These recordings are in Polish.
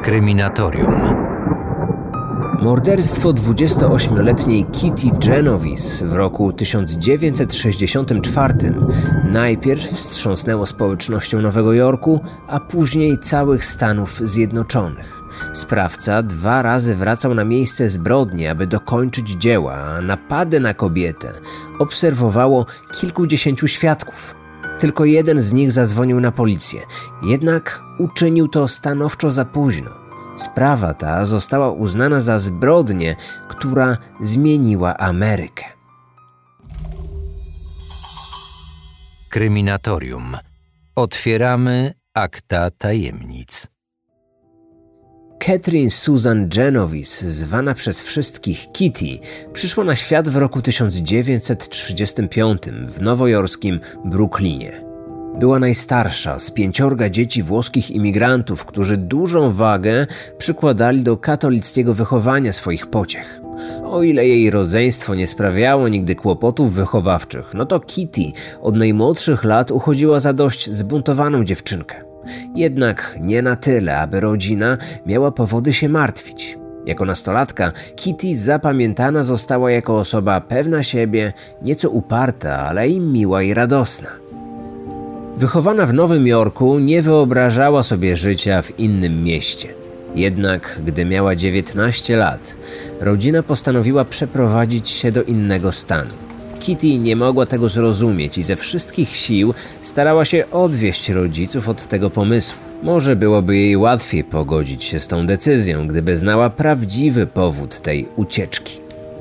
Kryminatorium. Morderstwo 28-letniej Kitty Genovese w roku 1964 najpierw wstrząsnęło społecznością Nowego Jorku, a później całych Stanów Zjednoczonych. Sprawca 2 razy wracał na miejsce zbrodni, aby dokończyć dzieła, a napady na kobietę obserwowało kilkudziesięciu świadków. Tylko jeden z nich zadzwonił na policję, jednak uczynił to stanowczo za późno. Sprawa ta została uznana za zbrodnię, która zmieniła Amerykę. Kryminatorium. Otwieramy akta tajemnic. Catherine Susan Genovese, zwana przez wszystkich Kitty, przyszła na świat w roku 1935 w nowojorskim Brooklynie. Była najstarsza z 5 dzieci włoskich imigrantów, którzy dużą wagę przykładali do katolickiego wychowania swoich pociech. O ile jej rodzeństwo nie sprawiało nigdy kłopotów wychowawczych, no to Kitty od najmłodszych lat uchodziła za dość zbuntowaną dziewczynkę. Jednak nie na tyle, aby rodzina miała powody się martwić. Jako nastolatka Kitty zapamiętana została jako osoba pewna siebie, nieco uparta, ale i miła i radosna. Wychowana w Nowym Jorku, nie wyobrażała sobie życia w innym mieście. Jednak gdy miała 19 lat, rodzina postanowiła przeprowadzić się do innego stanu. Kitty nie mogła tego zrozumieć i ze wszystkich sił starała się odwieść rodziców od tego pomysłu. Może byłoby jej łatwiej pogodzić się z tą decyzją, gdyby znała prawdziwy powód tej ucieczki.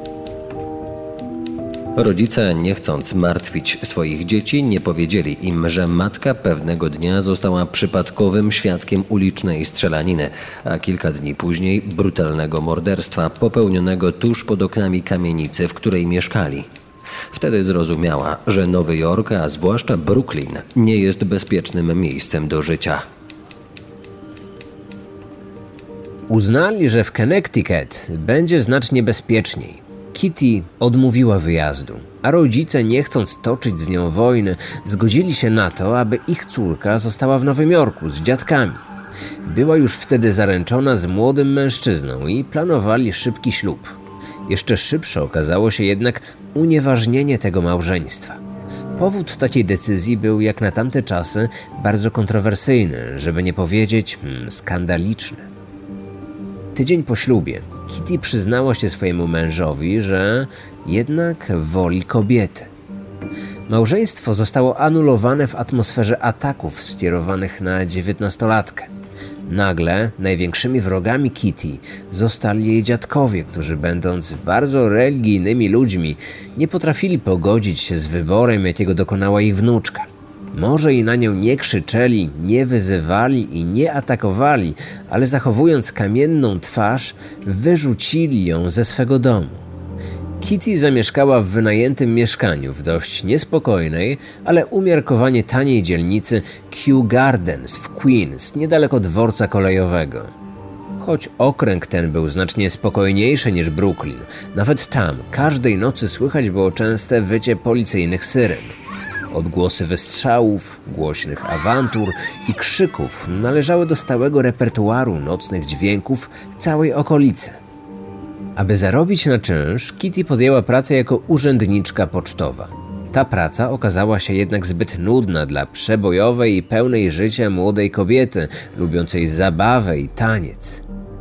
Rodzice, nie chcąc martwić swoich dzieci, nie powiedzieli im, że matka pewnego dnia została przypadkowym świadkiem ulicznej strzelaniny, a kilka dni później brutalnego morderstwa popełnionego tuż pod oknami kamienicy, w której mieszkali. Wtedy zrozumiała, że Nowy Jork, a zwłaszcza Brooklyn, nie jest bezpiecznym miejscem do życia. Uznali, że w Connecticut będzie znacznie bezpieczniej. Kitty odmówiła wyjazdu, a rodzice, nie chcąc toczyć z nią wojny, zgodzili się na to, aby ich córka została w Nowym Jorku z dziadkami. Była już wtedy zaręczona z młodym mężczyzną i planowali szybki ślub. Jeszcze szybsze okazało się jednak unieważnienie tego małżeństwa. Powód takiej decyzji był jak na tamte czasy bardzo kontrowersyjny, żeby nie powiedzieć skandaliczny. Tydzień po ślubie Kitty przyznała się swojemu mężowi, że jednak woli kobiety. Małżeństwo zostało anulowane w atmosferze ataków skierowanych na 19-latkę. Nagle największymi wrogami Kitty zostali jej dziadkowie, którzy będąc bardzo religijnymi ludźmi, nie potrafili pogodzić się z wyborem, jakiego dokonała ich wnuczka. Może i na nią nie krzyczeli, nie wyzywali i nie atakowali, ale zachowując kamienną twarz, wyrzucili ją ze swego domu. Kitty zamieszkała w wynajętym mieszkaniu w dość niespokojnej, ale umiarkowanie taniej dzielnicy Kew Gardens w Queens, niedaleko dworca kolejowego. Choć okręg ten był znacznie spokojniejszy niż Brooklyn, nawet tam każdej nocy słychać było częste wycie policyjnych syren. Odgłosy wystrzałów, głośnych awantur i krzyków należały do stałego repertuaru nocnych dźwięków w całej okolicy. Aby zarobić na czynsz, Kitty podjęła pracę jako urzędniczka pocztowa. Ta praca okazała się jednak zbyt nudna dla przebojowej i pełnej życia młodej kobiety, lubiącej zabawę i taniec.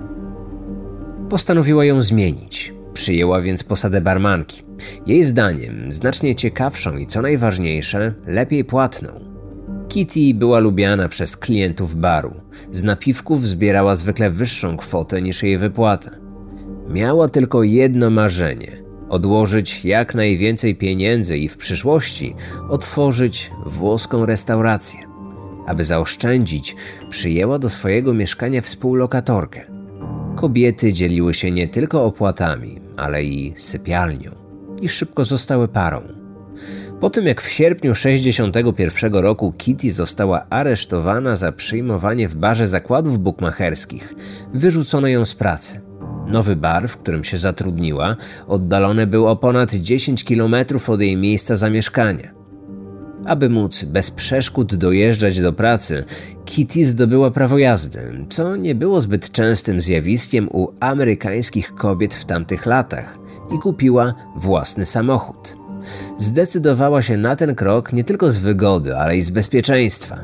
Postanowiła ją zmienić. Przyjęła więc posadę barmanki. Jej zdaniem znacznie ciekawszą i co najważniejsze, lepiej płatną. Kitty była lubiana przez klientów baru. Z napiwków zbierała zwykle wyższą kwotę niż jej wypłata. Miała tylko jedno marzenie – odłożyć jak najwięcej pieniędzy i w przyszłości otworzyć włoską restaurację. Aby zaoszczędzić, przyjęła do swojego mieszkania współlokatorkę. Kobiety dzieliły się nie tylko opłatami, ale i sypialnią i szybko zostały parą. Po tym jak w sierpniu 1961 roku Kitty została aresztowana za przyjmowanie w barze zakładów bukmacherskich, wyrzucono ją z pracy. Nowy bar, w którym się zatrudniła, oddalony był o ponad 10 km od jej miejsca zamieszkania. Aby móc bez przeszkód dojeżdżać do pracy, Kitty zdobyła prawo jazdy, co nie było zbyt częstym zjawiskiem u amerykańskich kobiet w tamtych latach, i kupiła własny samochód. Zdecydowała się na ten krok nie tylko z wygody, ale i z bezpieczeństwa.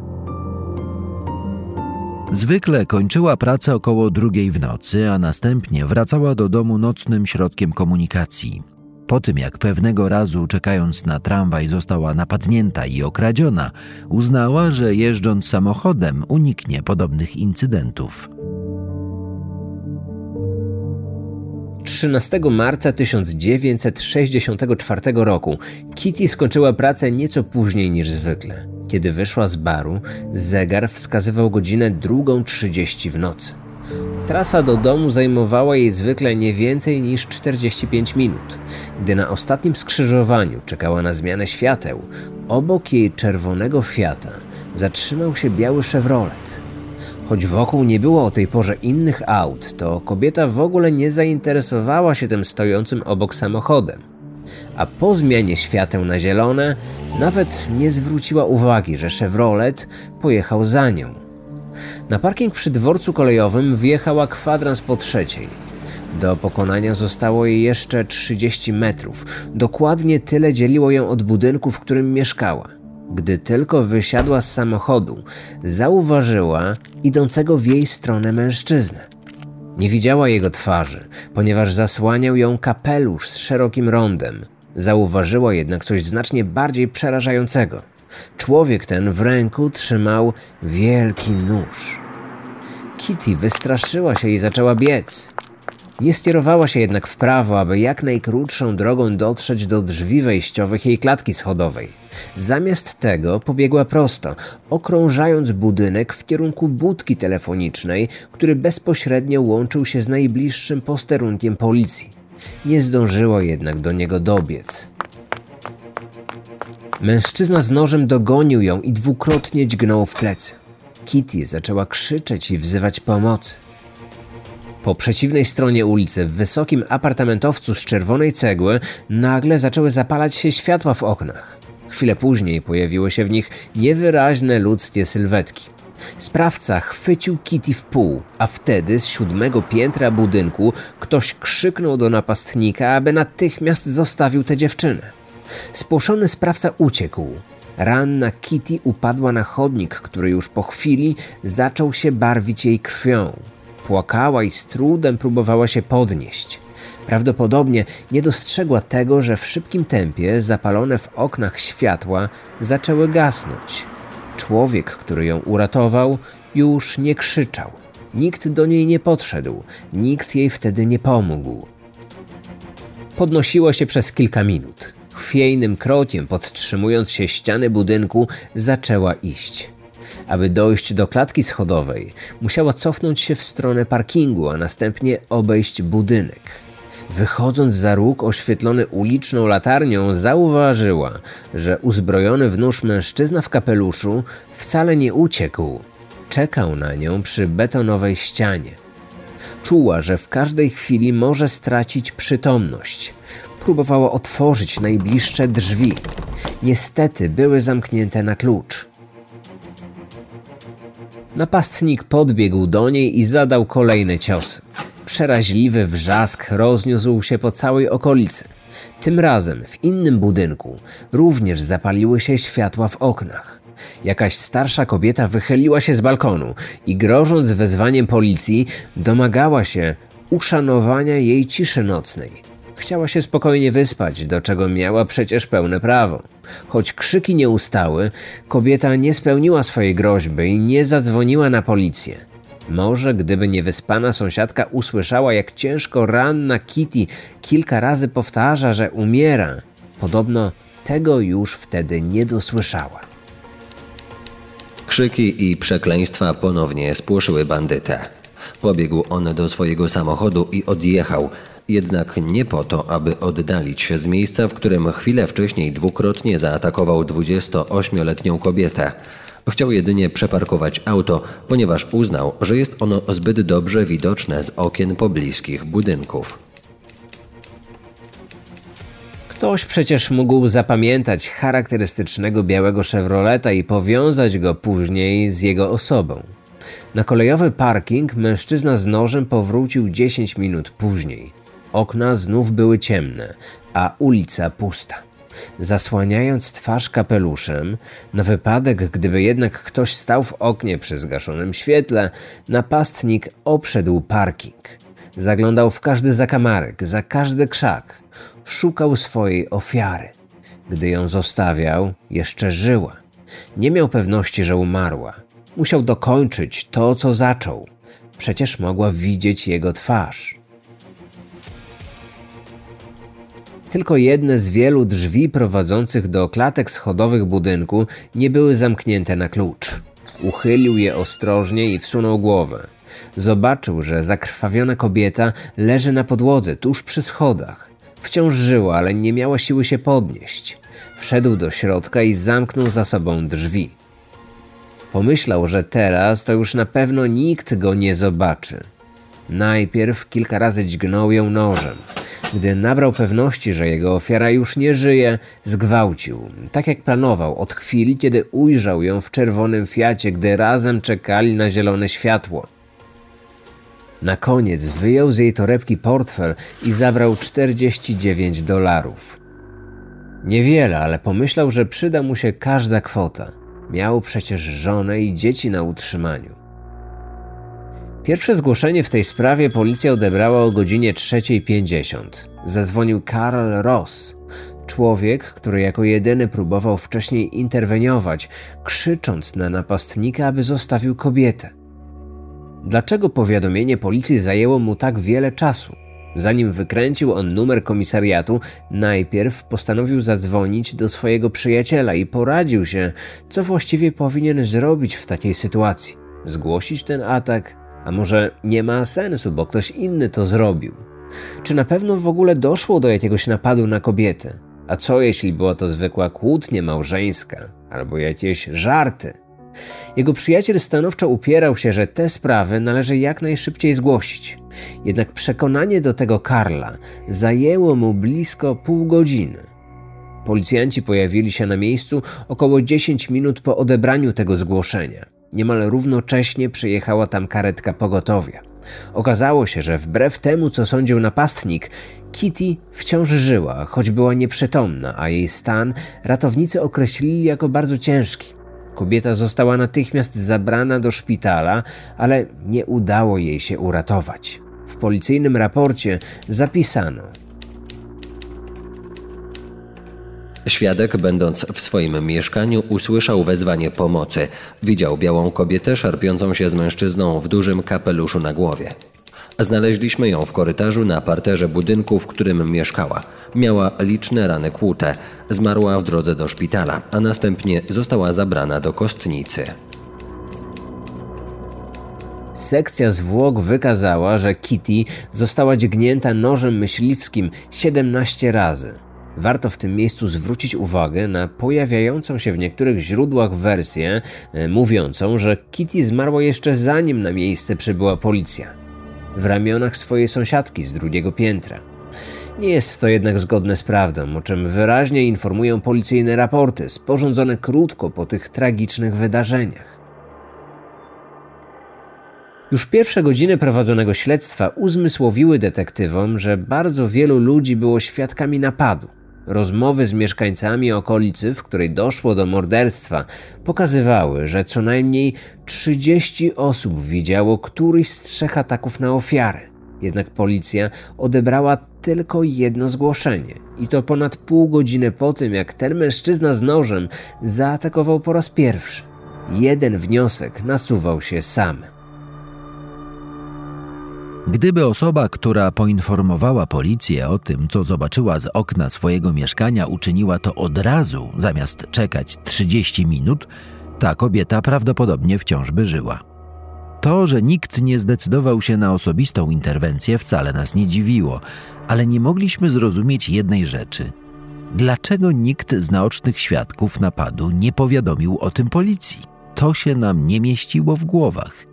Zwykle kończyła pracę około 2 w nocy, a następnie wracała do domu nocnym środkiem komunikacji. Po tym, jak pewnego razu czekając na tramwaj została napadnięta i okradziona, uznała, że jeżdżąc samochodem uniknie podobnych incydentów. 13 marca 1964 roku Kitty skończyła pracę nieco później niż zwykle. Kiedy wyszła z baru, zegar wskazywał godzinę 2:30 w nocy. Trasa do domu zajmowała jej zwykle nie więcej niż 45 minut. Gdy na ostatnim skrzyżowaniu czekała na zmianę świateł, obok jej czerwonego Fiata zatrzymał się biały Chevrolet. Choć wokół nie było o tej porze innych aut, to kobieta w ogóle nie zainteresowała się tym stojącym obok samochodem. A po zmianie świateł na zielone nawet nie zwróciła uwagi, że Chevrolet pojechał za nią. Na parking przy dworcu kolejowym wjechała kwadrans po 3:00. Do pokonania zostało jej jeszcze 30 metrów. Dokładnie tyle dzieliło ją od budynku, w którym mieszkała. Gdy tylko wysiadła z samochodu, zauważyła idącego w jej stronę mężczyznę. Nie widziała jego twarzy, ponieważ zasłaniał ją kapelusz z szerokim rondem. Zauważyła jednak coś znacznie bardziej przerażającego. Człowiek ten w ręku trzymał wielki nóż. Kitty wystraszyła się i zaczęła biec. Nie skierowała się jednak w prawo, aby jak najkrótszą drogą dotrzeć do drzwi wejściowych jej klatki schodowej. Zamiast tego pobiegła prosto, okrążając budynek w kierunku budki telefonicznej, który bezpośrednio łączył się z najbliższym posterunkiem policji. Nie zdążyła jednak do niego dobiec. Mężczyzna z nożem dogonił ją i dwukrotnie dźgnął w plecy. Kitty zaczęła krzyczeć i wzywać pomocy. Po przeciwnej stronie ulicy, w wysokim apartamentowcu z czerwonej cegły, nagle zaczęły zapalać się światła w oknach. Chwilę później pojawiły się w nich niewyraźne ludzkie sylwetki. Sprawca chwycił Kitty w pół, a wtedy z 7. piętra budynku ktoś krzyknął do napastnika, aby natychmiast zostawił tę dziewczynę. Spłoszony sprawca uciekł. Ranna Kitty upadła na chodnik, który już po chwili zaczął się barwić jej krwią. Płakała i z trudem próbowała się podnieść. Prawdopodobnie nie dostrzegła tego, że w szybkim tempie zapalone w oknach światła zaczęły gasnąć. Człowiek, który ją uratował, już nie krzyczał. Nikt do niej nie podszedł, nikt jej wtedy nie pomógł. Podnosiła się przez kilka minut. Chwiejnym krokiem, podtrzymując się ściany budynku, zaczęła iść. Aby dojść do klatki schodowej, musiała cofnąć się w stronę parkingu, a następnie obejść budynek. Wychodząc za róg oświetlony uliczną latarnią, zauważyła, że uzbrojony w nóż mężczyzna w kapeluszu wcale nie uciekł. Czekał na nią przy betonowej ścianie. Czuła, że w każdej chwili może stracić przytomność. Próbowała otworzyć najbliższe drzwi. Niestety były zamknięte na klucz. Napastnik podbiegł do niej i zadał kolejne ciosy. Przeraźliwy wrzask rozniósł się po całej okolicy. Tym razem w innym budynku również zapaliły się światła w oknach. Jakaś starsza kobieta wychyliła się z balkonu i grożąc wezwaniem policji domagała się uszanowania jej ciszy nocnej. Chciała się spokojnie wyspać, do czego miała przecież pełne prawo. Choć krzyki nie ustały, kobieta nie spełniła swojej groźby i nie zadzwoniła na policję. Może gdyby niewyspana sąsiadka usłyszała, jak ciężko ranna Kitty kilka razy powtarza, że umiera, podobno tego już wtedy nie dosłyszała. Krzyki i przekleństwa ponownie spłoszyły bandytę. Pobiegł on do swojego samochodu i odjechał, jednak nie po to, aby oddalić się z miejsca, w którym chwilę wcześniej dwukrotnie zaatakował 28-letnią kobietę. Chciał jedynie przeparkować auto, ponieważ uznał, że jest ono zbyt dobrze widoczne z okien pobliskich budynków. Ktoś przecież mógł zapamiętać charakterystycznego białego Chevroleta i powiązać go później z jego osobą. Na kolejowy parking mężczyzna z nożem powrócił 10 minut później. Okna znów były ciemne, a ulica pusta. Zasłaniając twarz kapeluszem, na wypadek, gdyby jednak ktoś stał w oknie przy zgaszonym świetle, napastnik obszedł parking. Zaglądał w każdy zakamarek, za każdy krzak. Szukał swojej ofiary. Gdy ją zostawiał, jeszcze żyła. Nie miał pewności, że umarła. Musiał dokończyć to, co zaczął. Przecież mogła widzieć jego twarz. Tylko jedne z wielu drzwi prowadzących do klatek schodowych budynku nie były zamknięte na klucz. Uchylił je ostrożnie i wsunął głowę. Zobaczył, że zakrwawiona kobieta leży na podłodze tuż przy schodach. Wciąż żyła, ale nie miała siły się podnieść. Wszedł do środka i zamknął za sobą drzwi. Pomyślał, że teraz to już na pewno nikt go nie zobaczy. Najpierw kilka razy dźgnął ją nożem. Gdy nabrał pewności, że jego ofiara już nie żyje, zgwałcił, tak jak planował, od chwili, kiedy ujrzał ją w czerwonym Fiacie, gdy razem czekali na zielone światło. Na koniec wyjął z jej torebki portfel i zabrał $49. Niewiele, ale pomyślał, że przyda mu się każda kwota. Miał przecież żonę i dzieci na utrzymaniu. Pierwsze zgłoszenie w tej sprawie policja odebrała o godzinie 3:50. Zadzwonił Karl Ross, człowiek, który jako jedyny próbował wcześniej interweniować, krzycząc na napastnika, aby zostawił kobietę. Dlaczego powiadomienie policji zajęło mu tak wiele czasu? Zanim wykręcił on numer komisariatu, najpierw postanowił zadzwonić do swojego przyjaciela i poradził się, co właściwie powinien zrobić w takiej sytuacji. Zgłosić ten atak? A może nie ma sensu, bo ktoś inny to zrobił? Czy na pewno w ogóle doszło do jakiegoś napadu na kobietę? A co jeśli była to zwykła kłótnia małżeńska? Albo jakieś żarty? Jego przyjaciel stanowczo upierał się, że te sprawy należy jak najszybciej zgłosić. Jednak przekonanie do tego Karla zajęło mu blisko pół godziny. Policjanci pojawili się na miejscu około 10 minut po odebraniu tego zgłoszenia. Niemal równocześnie przyjechała tam karetka pogotowia. Okazało się, że wbrew temu, co sądził napastnik, Kitty wciąż żyła, choć była nieprzytomna, a jej stan ratownicy określili jako bardzo ciężki. Kobieta została natychmiast zabrana do szpitala, ale nie udało jej się uratować. W policyjnym raporcie zapisano: Świadek, będąc w swoim mieszkaniu, usłyszał wezwanie pomocy. Widział białą kobietę szarpiącą się z mężczyzną w dużym kapeluszu na głowie. Znaleźliśmy ją w korytarzu na parterze budynku, w którym mieszkała. Miała liczne rany kłute. Zmarła w drodze do szpitala, a następnie została zabrana do kostnicy. Sekcja zwłok wykazała, że Kitty została dźgnięta nożem myśliwskim 17 razy. Warto w tym miejscu zwrócić uwagę na pojawiającą się w niektórych źródłach wersję mówiącą, że Kitty zmarła jeszcze zanim na miejsce przybyła policja. W ramionach swojej sąsiadki z drugiego piętra. Nie jest to jednak zgodne z prawdą, o czym wyraźnie informują policyjne raporty sporządzone krótko po tych tragicznych wydarzeniach. Już pierwsze godziny prowadzonego śledztwa uzmysłowiły detektywom, że bardzo wielu ludzi było świadkami napadu. Rozmowy z mieszkańcami okolicy, w której doszło do morderstwa, pokazywały, że co najmniej 30 osób widziało któryś z 3 ataków na ofiarę. Jednak policja odebrała tylko jedno zgłoszenie i to ponad pół godziny po tym, jak ten mężczyzna z nożem zaatakował po raz pierwszy. Jeden wniosek nasuwał się sam. Gdyby osoba, która poinformowała policję o tym, co zobaczyła z okna swojego mieszkania, uczyniła to od razu, zamiast czekać 30 minut, ta kobieta prawdopodobnie wciąż by żyła. To, że nikt nie zdecydował się na osobistą interwencję, wcale nas nie dziwiło, ale nie mogliśmy zrozumieć jednej rzeczy. Dlaczego nikt z naocznych świadków napadu nie powiadomił o tym policji? To się nam nie mieściło w głowach.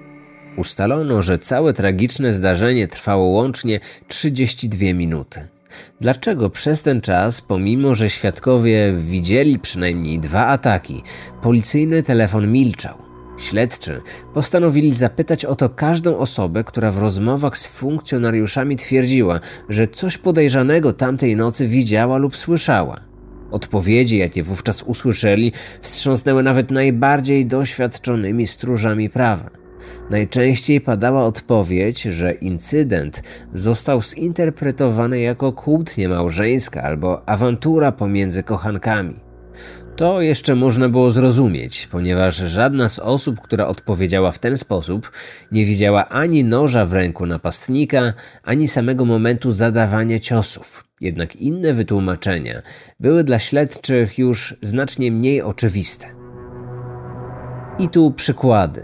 Ustalono, że całe tragiczne zdarzenie trwało łącznie 32 minuty. Dlaczego przez ten czas, pomimo że świadkowie widzieli przynajmniej 2 ataki, policyjny telefon milczał? Śledczy postanowili zapytać o to każdą osobę, która w rozmowach z funkcjonariuszami twierdziła, że coś podejrzanego tamtej nocy widziała lub słyszała. Odpowiedzi, jakie wówczas usłyszeli, wstrząsnęły nawet najbardziej doświadczonymi stróżami prawa. Najczęściej padała odpowiedź, że incydent został zinterpretowany jako kłótnia małżeńska albo awantura pomiędzy kochankami. To jeszcze można było zrozumieć, ponieważ żadna z osób, która odpowiedziała w ten sposób, nie widziała ani noża w ręku napastnika, ani samego momentu zadawania ciosów. Jednak inne wytłumaczenia były dla śledczych już znacznie mniej oczywiste. I tu przykłady.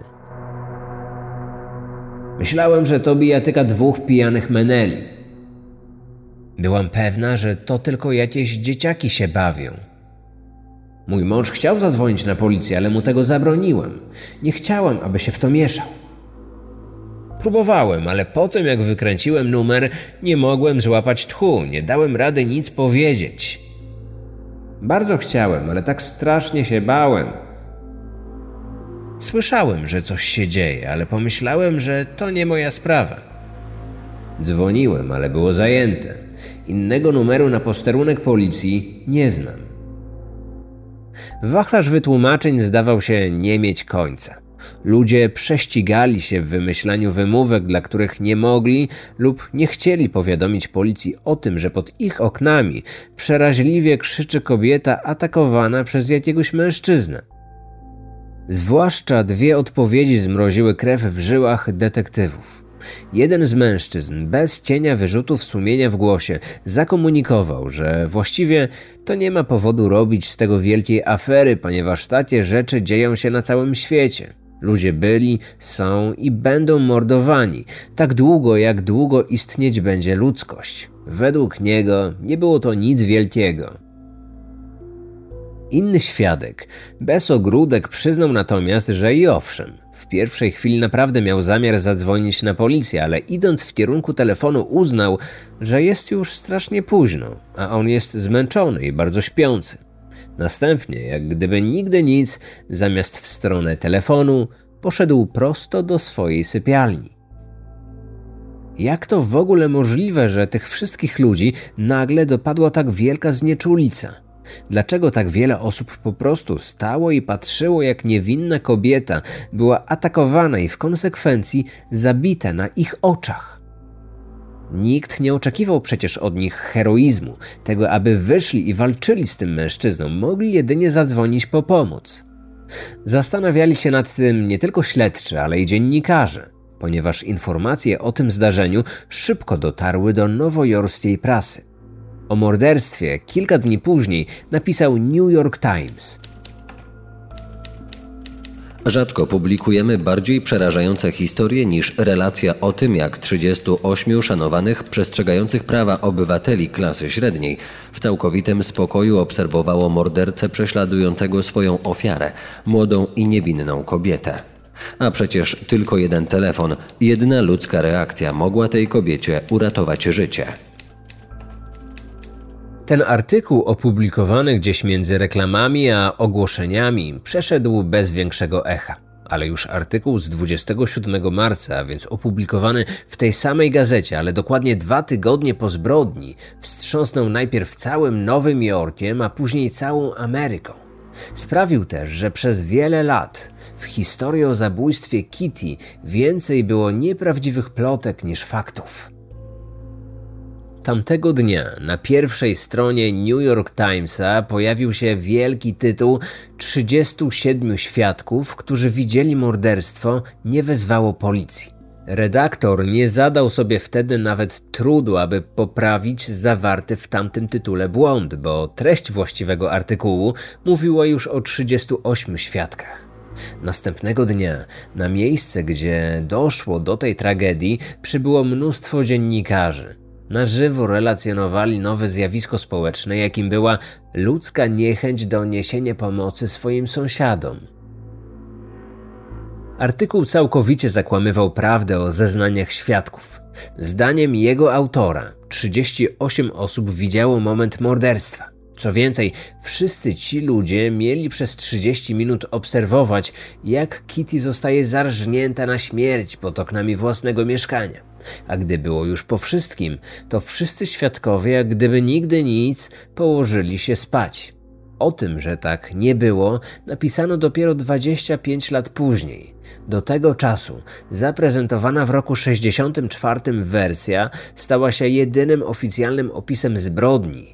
Myślałem, że to bijatyka 2 pijanych meneli. Byłam pewna, że to tylko jakieś dzieciaki się bawią. Mój mąż chciał zadzwonić na policję, ale mu tego zabroniłem. Nie chciałam, aby się w to mieszał. Próbowałem, ale potem jak wykręciłem numer, nie mogłem złapać tchu, nie dałem rady nic powiedzieć. Bardzo chciałem, ale tak strasznie się bałem. Słyszałem, że coś się dzieje, ale pomyślałem, że to nie moja sprawa. Dzwoniłem, ale było zajęte. Innego numeru na posterunek policji nie znam. Wachlarz wytłumaczeń zdawał się nie mieć końca. Ludzie prześcigali się w wymyślaniu wymówek, dla których nie mogli lub nie chcieli powiadomić policji o tym, że pod ich oknami przeraźliwie krzyczy kobieta atakowana przez jakiegoś mężczyznę. Zwłaszcza 2 odpowiedzi zmroziły krew w żyłach detektywów. Jeden z mężczyzn, bez cienia wyrzutów sumienia w głosie, zakomunikował, że właściwie to nie ma powodu robić z tego wielkiej afery, ponieważ takie rzeczy dzieją się na całym świecie. Ludzie byli, są i będą mordowani, tak długo jak długo istnieć będzie ludzkość. Według niego nie było to nic wielkiego. Inny świadek, bez ogródek, przyznał natomiast, że i owszem, w pierwszej chwili naprawdę miał zamiar zadzwonić na policję, ale idąc w kierunku telefonu uznał, że jest już strasznie późno, a on jest zmęczony i bardzo śpiący. Następnie, jak gdyby nigdy nic, zamiast w stronę telefonu, poszedł prosto do swojej sypialni. Jak to w ogóle możliwe, że tych wszystkich ludzi nagle dopadła tak wielka znieczulica? Dlaczego tak wiele osób po prostu stało i patrzyło, jak niewinna kobieta była atakowana i w konsekwencji zabita na ich oczach? Nikt nie oczekiwał przecież od nich heroizmu, tego aby wyszli i walczyli z tym mężczyzną, mogli jedynie zadzwonić po pomoc. Zastanawiali się nad tym nie tylko śledczy, ale i dziennikarze, ponieważ informacje o tym zdarzeniu szybko dotarły do nowojorskiej prasy. O morderstwie kilka dni później napisał New York Times. Rzadko publikujemy bardziej przerażające historie niż relacja o tym, jak 38 szanowanych, przestrzegających prawa obywateli klasy średniej w całkowitym spokoju obserwowało mordercę prześladującego swoją ofiarę, młodą i niewinną kobietę. A przecież tylko jeden telefon, jedna ludzka reakcja mogła tej kobiecie uratować życie. Ten artykuł opublikowany gdzieś między reklamami a ogłoszeniami przeszedł bez większego echa. Ale już artykuł z 27 marca, a więc opublikowany w tej samej gazecie, ale dokładnie 2 tygodnie po zbrodni, wstrząsnął najpierw całym Nowym Jorkiem, a później całą Ameryką. Sprawił też, że przez wiele lat w historii o zabójstwie Kitty więcej było nieprawdziwych plotek niż faktów. Tamtego dnia na pierwszej stronie New York Timesa pojawił się wielki tytuł: 37 świadków, którzy widzieli morderstwo, nie wezwało policji. Redaktor nie zadał sobie wtedy nawet trudu, aby poprawić zawarty w tamtym tytule błąd, bo treść właściwego artykułu mówiła już o 38 świadkach. Następnego dnia na miejsce, gdzie doszło do tej tragedii, przybyło mnóstwo dziennikarzy. Na żywo relacjonowali nowe zjawisko społeczne, jakim była ludzka niechęć do niesienia pomocy swoim sąsiadom. Artykuł całkowicie zakłamywał prawdę o zeznaniach świadków. Zdaniem jego autora 38 osób widziało moment morderstwa. Co więcej, wszyscy ci ludzie mieli przez 30 minut obserwować, jak Kitty zostaje zarżnięta na śmierć pod oknami własnego mieszkania. A gdy było już po wszystkim, to wszyscy świadkowie, jak gdyby nigdy nic, położyli się spać. O tym, że tak nie było, napisano dopiero 25 lat później. Do tego czasu zaprezentowana w roku 1964 wersja stała się jedynym oficjalnym opisem zbrodni.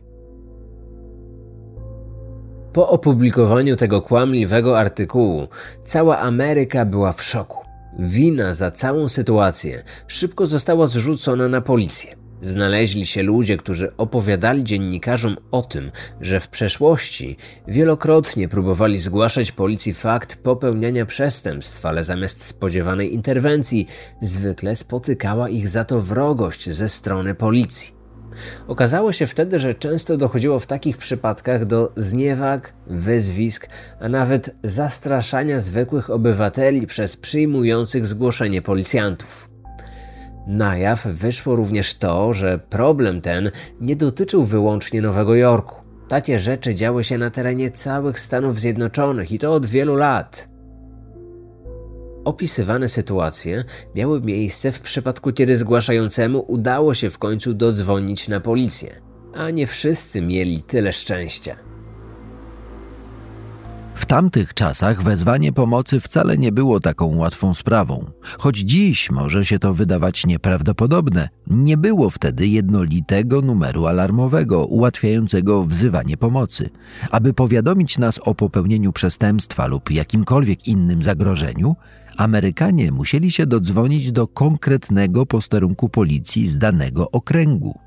Po opublikowaniu tego kłamliwego artykułu cała Ameryka była w szoku. Wina za całą sytuację szybko została zrzucona na policję. Znaleźli się ludzie, którzy opowiadali dziennikarzom o tym, że w przeszłości wielokrotnie próbowali zgłaszać policji fakt popełniania przestępstw, ale zamiast spodziewanej interwencji zwykle spotykała ich za to wrogość ze strony policji. Okazało się wtedy, że często dochodziło w takich przypadkach do zniewag, wyzwisk, a nawet zastraszania zwykłych obywateli przez przyjmujących zgłoszenie policjantów. Na jaw wyszło również to, że problem ten nie dotyczył wyłącznie Nowego Jorku. Takie rzeczy działy się na terenie całych Stanów Zjednoczonych i to od wielu lat. Opisywane sytuacje miały miejsce w przypadku, kiedy zgłaszającemu udało się w końcu dodzwonić na policję, a nie wszyscy mieli tyle szczęścia. W tamtych czasach wezwanie pomocy wcale nie było taką łatwą sprawą. Choć dziś może się to wydawać nieprawdopodobne, nie było wtedy jednolitego numeru alarmowego ułatwiającego wzywanie pomocy. Aby powiadomić nas o popełnieniu przestępstwa lub jakimkolwiek innym zagrożeniu, Amerykanie musieli się dodzwonić do konkretnego posterunku policji z danego okręgu.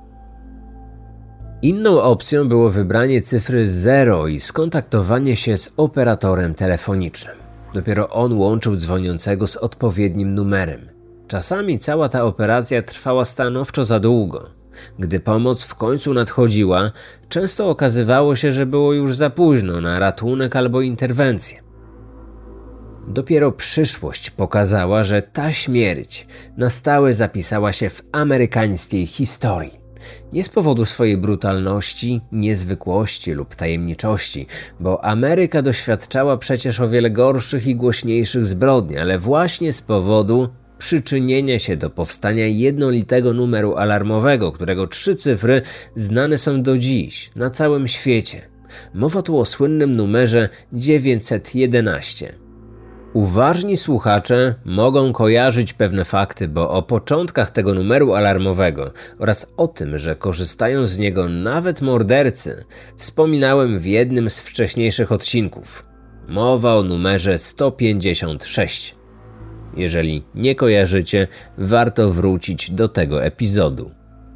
Inną opcją było wybranie cyfry 0 i skontaktowanie się z operatorem telefonicznym. Dopiero on łączył dzwoniącego z odpowiednim numerem. Czasami cała ta operacja trwała stanowczo za długo. Gdy pomoc w końcu nadchodziła, często okazywało się, że było już za późno na ratunek albo interwencję. Dopiero przyszłość pokazała, że ta śmierć na stałe zapisała się w amerykańskiej historii. Nie z powodu swojej brutalności, niezwykłości lub tajemniczości, bo Ameryka doświadczała przecież o wiele gorszych i głośniejszych zbrodni, ale właśnie z powodu przyczynienia się do powstania jednolitego numeru alarmowego, którego 3 cyfry znane są do dziś na całym świecie. Mowa tu o słynnym numerze 911. Uważni słuchacze mogą kojarzyć pewne fakty, bo o początkach tego numeru alarmowego oraz o tym, że korzystają z niego nawet mordercy, wspominałem w jednym z wcześniejszych odcinków. Mowa o numerze 156. Jeżeli nie kojarzycie, warto wrócić do tego epizodu.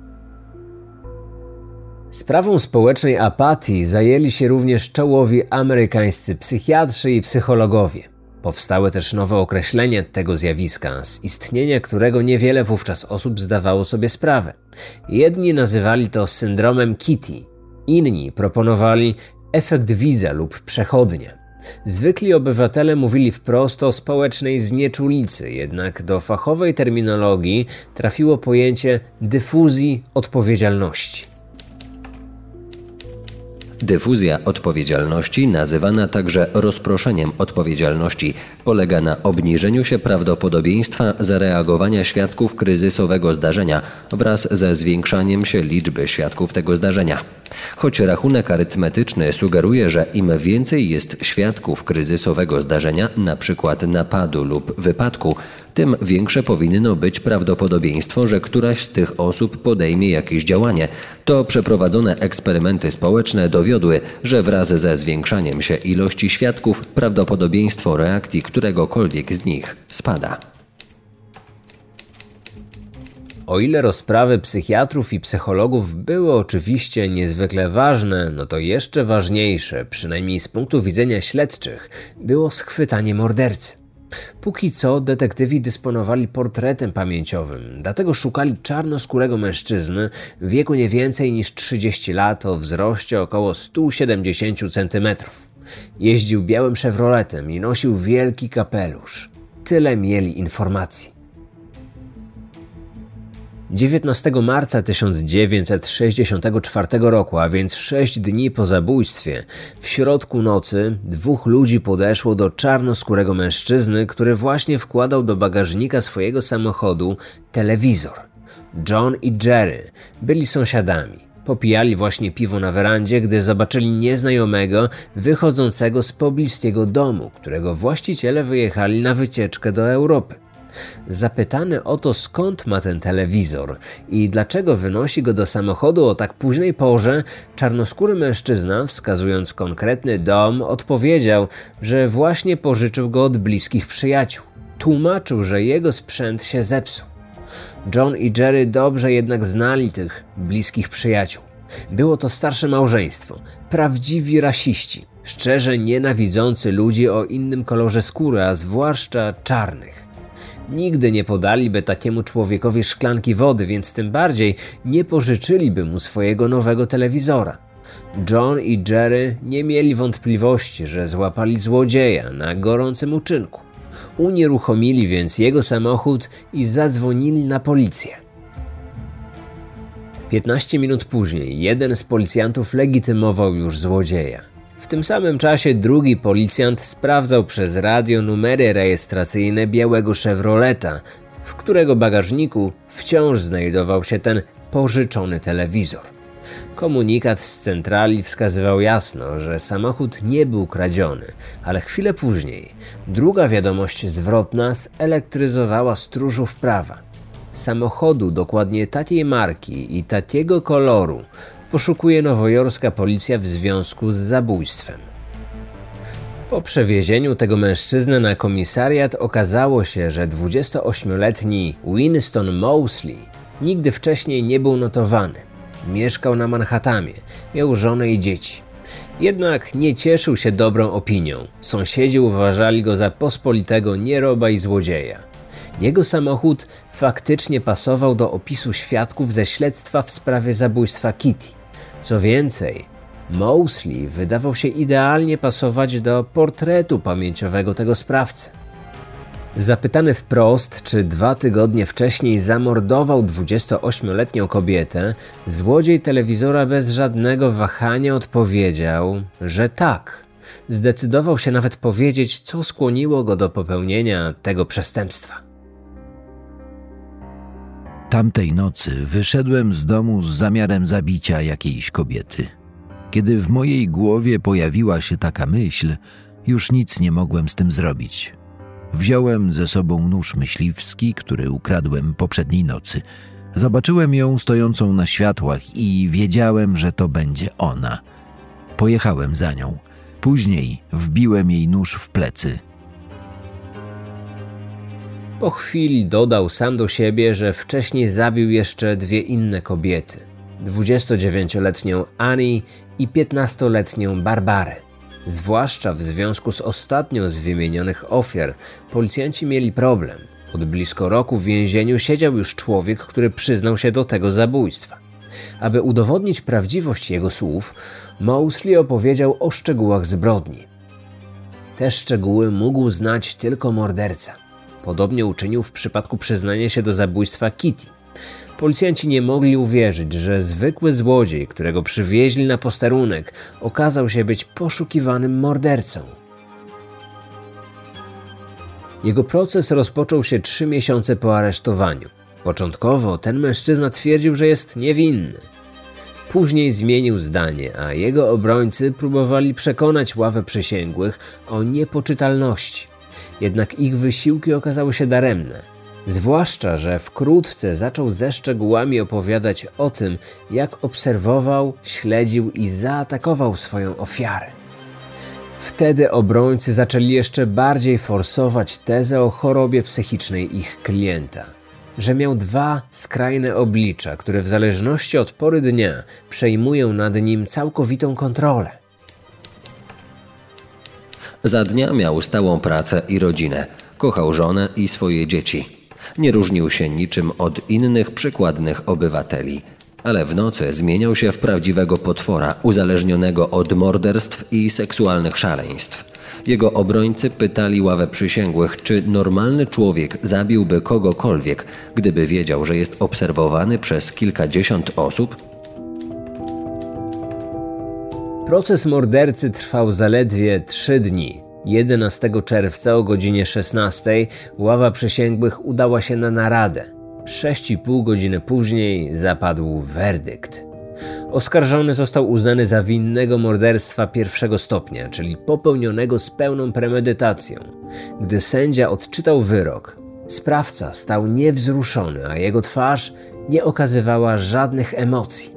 Sprawą społecznej apatii zajęli się również czołowi amerykańscy psychiatrzy i psychologowie. Powstały też nowe określenia tego zjawiska, z istnienia którego niewiele wówczas osób zdawało sobie sprawę. Jedni nazywali to syndromem Kitty, inni proponowali efekt widza lub przechodnia. Zwykli obywatele mówili wprost o społecznej znieczulicy, jednak do fachowej terminologii trafiło pojęcie dyfuzji odpowiedzialności. Dyfuzja odpowiedzialności, nazywana także rozproszeniem odpowiedzialności, polega na obniżeniu się prawdopodobieństwa zareagowania świadków kryzysowego zdarzenia wraz ze zwiększaniem się liczby świadków tego zdarzenia. Choć rachunek arytmetyczny sugeruje, że im więcej jest świadków kryzysowego zdarzenia, np. napadu lub wypadku, tym większe powinno być prawdopodobieństwo, że któraś z tych osób podejmie jakieś działanie. To przeprowadzone eksperymenty społeczne dowiodły, że wraz ze zwiększaniem się ilości świadków prawdopodobieństwo reakcji któregokolwiek z nich spada. O ile rozprawy psychiatrów i psychologów były oczywiście niezwykle ważne, no to jeszcze ważniejsze, przynajmniej z punktu widzenia śledczych, było schwytanie mordercy. Póki co detektywi dysponowali portretem pamięciowym, dlatego szukali czarnoskórego mężczyzny w wieku nie więcej niż 30 lat o wzroście około 170 cm. Jeździł białym Chevroletem i nosił wielki kapelusz. tyle mieli informacji. 19 marca 1964 roku, a więc 6 dni po zabójstwie, w środku nocy 2 ludzi podeszło do czarnoskórego mężczyzny, który właśnie wkładał do bagażnika swojego samochodu telewizor. John i Jerry byli sąsiadami. Popijali właśnie piwo na werandzie, gdy zobaczyli nieznajomego wychodzącego z pobliskiego domu, którego właściciele wyjechali na wycieczkę do Europy. Zapytany o to, skąd ma ten telewizor i dlaczego wynosi go do samochodu o tak późnej porze, czarnoskóry mężczyzna, wskazując konkretny dom, odpowiedział, że właśnie pożyczył go od bliskich przyjaciół. Tłumaczył, że jego sprzęt się zepsuł. John i Jerry dobrze jednak znali tych bliskich przyjaciół. Było to starsze małżeństwo, prawdziwi rasiści, szczerze nienawidzący ludzi o innym kolorze skóry, a zwłaszcza czarnych. Nigdy nie podaliby takiemu człowiekowi szklanki wody, więc tym bardziej nie pożyczyliby mu swojego nowego telewizora. John i Jerry nie mieli wątpliwości, że złapali złodzieja na gorącym uczynku. Unieruchomili więc jego samochód i zadzwonili na policję. 15 minut później jeden z policjantów legitymował już złodzieja. W tym samym czasie drugi policjant sprawdzał przez radio numery rejestracyjne białego Chevroleta, w którego bagażniku wciąż znajdował się ten pożyczony telewizor. Komunikat z centrali wskazywał jasno, że samochód nie był kradziony, ale chwilę później druga wiadomość zwrotna zelektryzowała stróżów prawa. Samochodu dokładnie takiej marki i takiego koloru poszukuje nowojorska policja w związku z zabójstwem. Po przewiezieniu tego mężczyzny na komisariat okazało się, że 28-letni Winston Moseley nigdy wcześniej nie był notowany. Mieszkał na Manhattanie, miał żonę i dzieci. Jednak nie cieszył się dobrą opinią. Sąsiedzi uważali go za pospolitego nieroba i złodzieja. Jego samochód faktycznie pasował do opisu świadków ze śledztwa w sprawie zabójstwa Kitty. Co więcej, Moseley wydawał się idealnie pasować do portretu pamięciowego tego sprawcy. Zapytany wprost, czy 2 tygodnie wcześniej zamordował 28-letnią kobietę, złodziej telewizora bez żadnego wahania odpowiedział, że tak. Zdecydował się nawet powiedzieć, co skłoniło go do popełnienia tego przestępstwa. Tamtej nocy wyszedłem z domu z zamiarem zabicia jakiejś kobiety. Kiedy w mojej głowie pojawiła się taka myśl, już nic nie mogłem z tym zrobić. Wziąłem ze sobą nóż myśliwski, który ukradłem poprzedniej nocy. Zobaczyłem ją stojącą na światłach i wiedziałem, że to będzie ona. Pojechałem za nią. Później wbiłem jej nóż w plecy. Po chwili dodał sam do siebie, że wcześniej zabił jeszcze 2 inne kobiety. 29-letnią Annie i 15-letnią Barbarę. Zwłaszcza w związku z ostatnią z wymienionych ofiar, policjanci mieli problem. Od blisko roku w więzieniu siedział już człowiek, który przyznał się do tego zabójstwa. Aby udowodnić prawdziwość jego słów, Moseley opowiedział o szczegółach zbrodni. Te szczegóły mógł znać tylko morderca. Podobnie uczynił w przypadku przyznania się do zabójstwa Kitty. Policjanci nie mogli uwierzyć, że zwykły złodziej, którego przywieźli na posterunek, okazał się być poszukiwanym mordercą. Jego proces rozpoczął się 3 miesiące po aresztowaniu. Początkowo ten mężczyzna twierdził, że jest niewinny. Później zmienił zdanie, a jego obrońcy próbowali przekonać ławę przysięgłych o niepoczytalności. Jednak ich wysiłki okazały się daremne. Zwłaszcza, że wkrótce zaczął ze szczegółami opowiadać o tym, jak obserwował, śledził i zaatakował swoją ofiarę. Wtedy obrońcy zaczęli jeszcze bardziej forsować tezę o chorobie psychicznej ich klienta, że miał 2 skrajne oblicza, które w zależności od pory dnia przejmują nad nim całkowitą kontrolę. Za dnia miał stałą pracę i rodzinę. Kochał żonę i swoje dzieci. Nie różnił się niczym od innych przykładnych obywateli, ale w nocy zmieniał się w prawdziwego potwora uzależnionego od morderstw i seksualnych szaleństw. Jego obrońcy pytali ławę przysięgłych, czy normalny człowiek zabiłby kogokolwiek, gdyby wiedział, że jest obserwowany przez kilkadziesiąt osób? Proces mordercy trwał zaledwie 3 dni. 11 czerwca o godzinie 16 ława przysięgłych udała się na naradę. 6,5 godziny później zapadł werdykt. Oskarżony został uznany za winnego morderstwa pierwszego stopnia, czyli popełnionego z pełną premedytacją. Gdy sędzia odczytał wyrok, sprawca stał niewzruszony, a jego twarz nie okazywała żadnych emocji.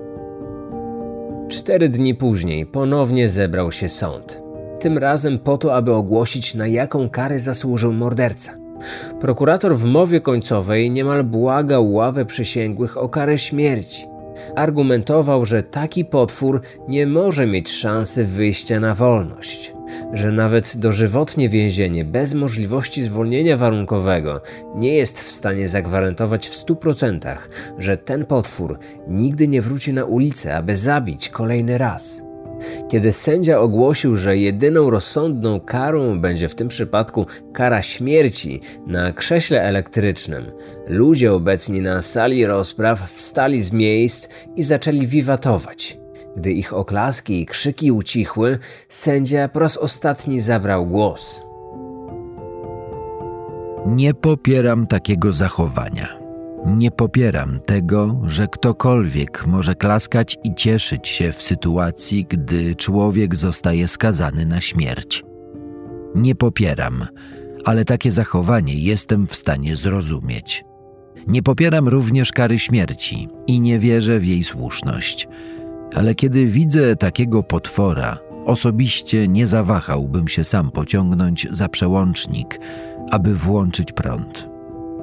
4 dni później ponownie zebrał się sąd. Tym razem po to, aby ogłosić, na jaką karę zasłużył morderca. Prokurator w mowie końcowej niemal błagał ławę przysięgłych o karę śmierci. Argumentował, że taki potwór nie może mieć szansy wyjścia na wolność, że nawet dożywotnie więzienie bez możliwości zwolnienia warunkowego nie jest w stanie zagwarantować w 100%, że ten potwór nigdy nie wróci na ulicę, aby zabić kolejny raz. Kiedy sędzia ogłosił, że jedyną rozsądną karą będzie w tym przypadku kara śmierci na krześle elektrycznym, ludzie obecni na sali rozpraw wstali z miejsc i zaczęli wiwatować. Gdy ich oklaski i krzyki ucichły, sędzia po raz ostatni zabrał głos. Nie popieram takiego zachowania. Nie popieram tego, że ktokolwiek może klaskać i cieszyć się w sytuacji, gdy człowiek zostaje skazany na śmierć. Nie popieram, ale takie zachowanie jestem w stanie zrozumieć. Nie popieram również kary śmierci i nie wierzę w jej słuszność. Ale kiedy widzę takiego potwora, osobiście nie zawahałbym się sam pociągnąć za przełącznik, aby włączyć prąd.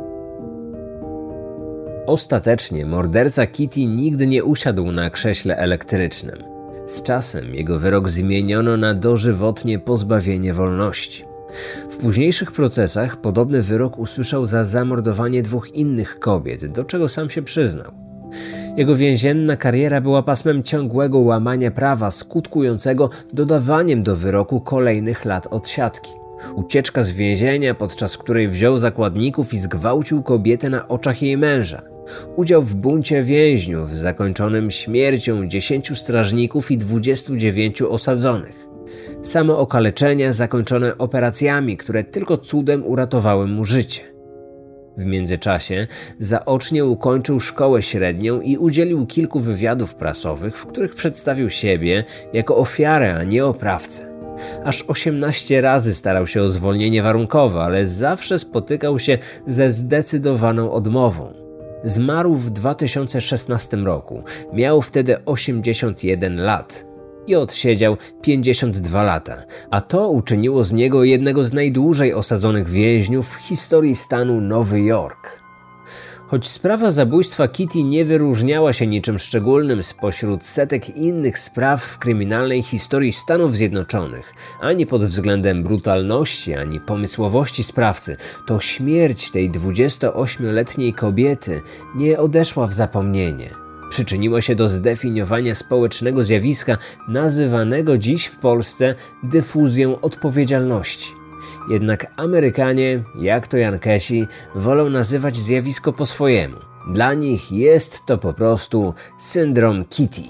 Ostatecznie morderca Kitty nigdy nie usiadł na krześle elektrycznym. Z czasem jego wyrok zmieniono na dożywotnie pozbawienie wolności. W późniejszych procesach podobny wyrok usłyszał za zamordowanie 2 innych kobiet, do czego sam się przyznał. Jego więzienna kariera była pasmem ciągłego łamania prawa, skutkującego dodawaniem do wyroku kolejnych lat odsiadki. Ucieczka z więzienia, podczas której wziął zakładników i zgwałcił kobietę na oczach jej męża. Udział w buncie więźniów zakończonym śmiercią 10 strażników i 29 osadzonych. Samookaleczenia zakończone operacjami, które tylko cudem uratowały mu życie. W międzyczasie zaocznie ukończył szkołę średnią i udzielił kilku wywiadów prasowych, w których przedstawił siebie jako ofiarę, a nie oprawcę. Aż 18 razy starał się o zwolnienie warunkowe, ale zawsze spotykał się ze zdecydowaną odmową. Zmarł w 2016 roku. Miał wtedy 81 lat i odsiedział 52 lata, a to uczyniło z niego jednego z najdłużej osadzonych więźniów w historii stanu Nowy Jork. Choć sprawa zabójstwa Kitty nie wyróżniała się niczym szczególnym spośród setek innych spraw w kryminalnej historii Stanów Zjednoczonych, ani pod względem brutalności, ani pomysłowości sprawcy, to śmierć tej 28-letniej kobiety nie odeszła w zapomnienie. Przyczyniła się do zdefiniowania społecznego zjawiska nazywanego dziś w Polsce dyfuzją odpowiedzialności. Jednak Amerykanie, jak to Jankesi, wolą nazywać zjawisko po swojemu. Dla nich jest to po prostu syndrom Kitty.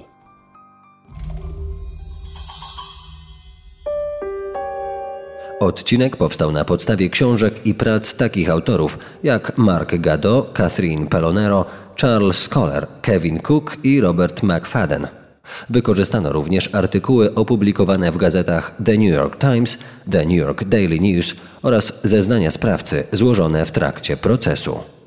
Odcinek powstał na podstawie książek i prac takich autorów jak Mark Gadot, Catherine Pelonero, Charles Scholar, Kevin Cook i Robert McFadden. Wykorzystano również artykuły opublikowane w gazetach The New York Times, The New York Daily News oraz zeznania sprawcy złożone w trakcie procesu.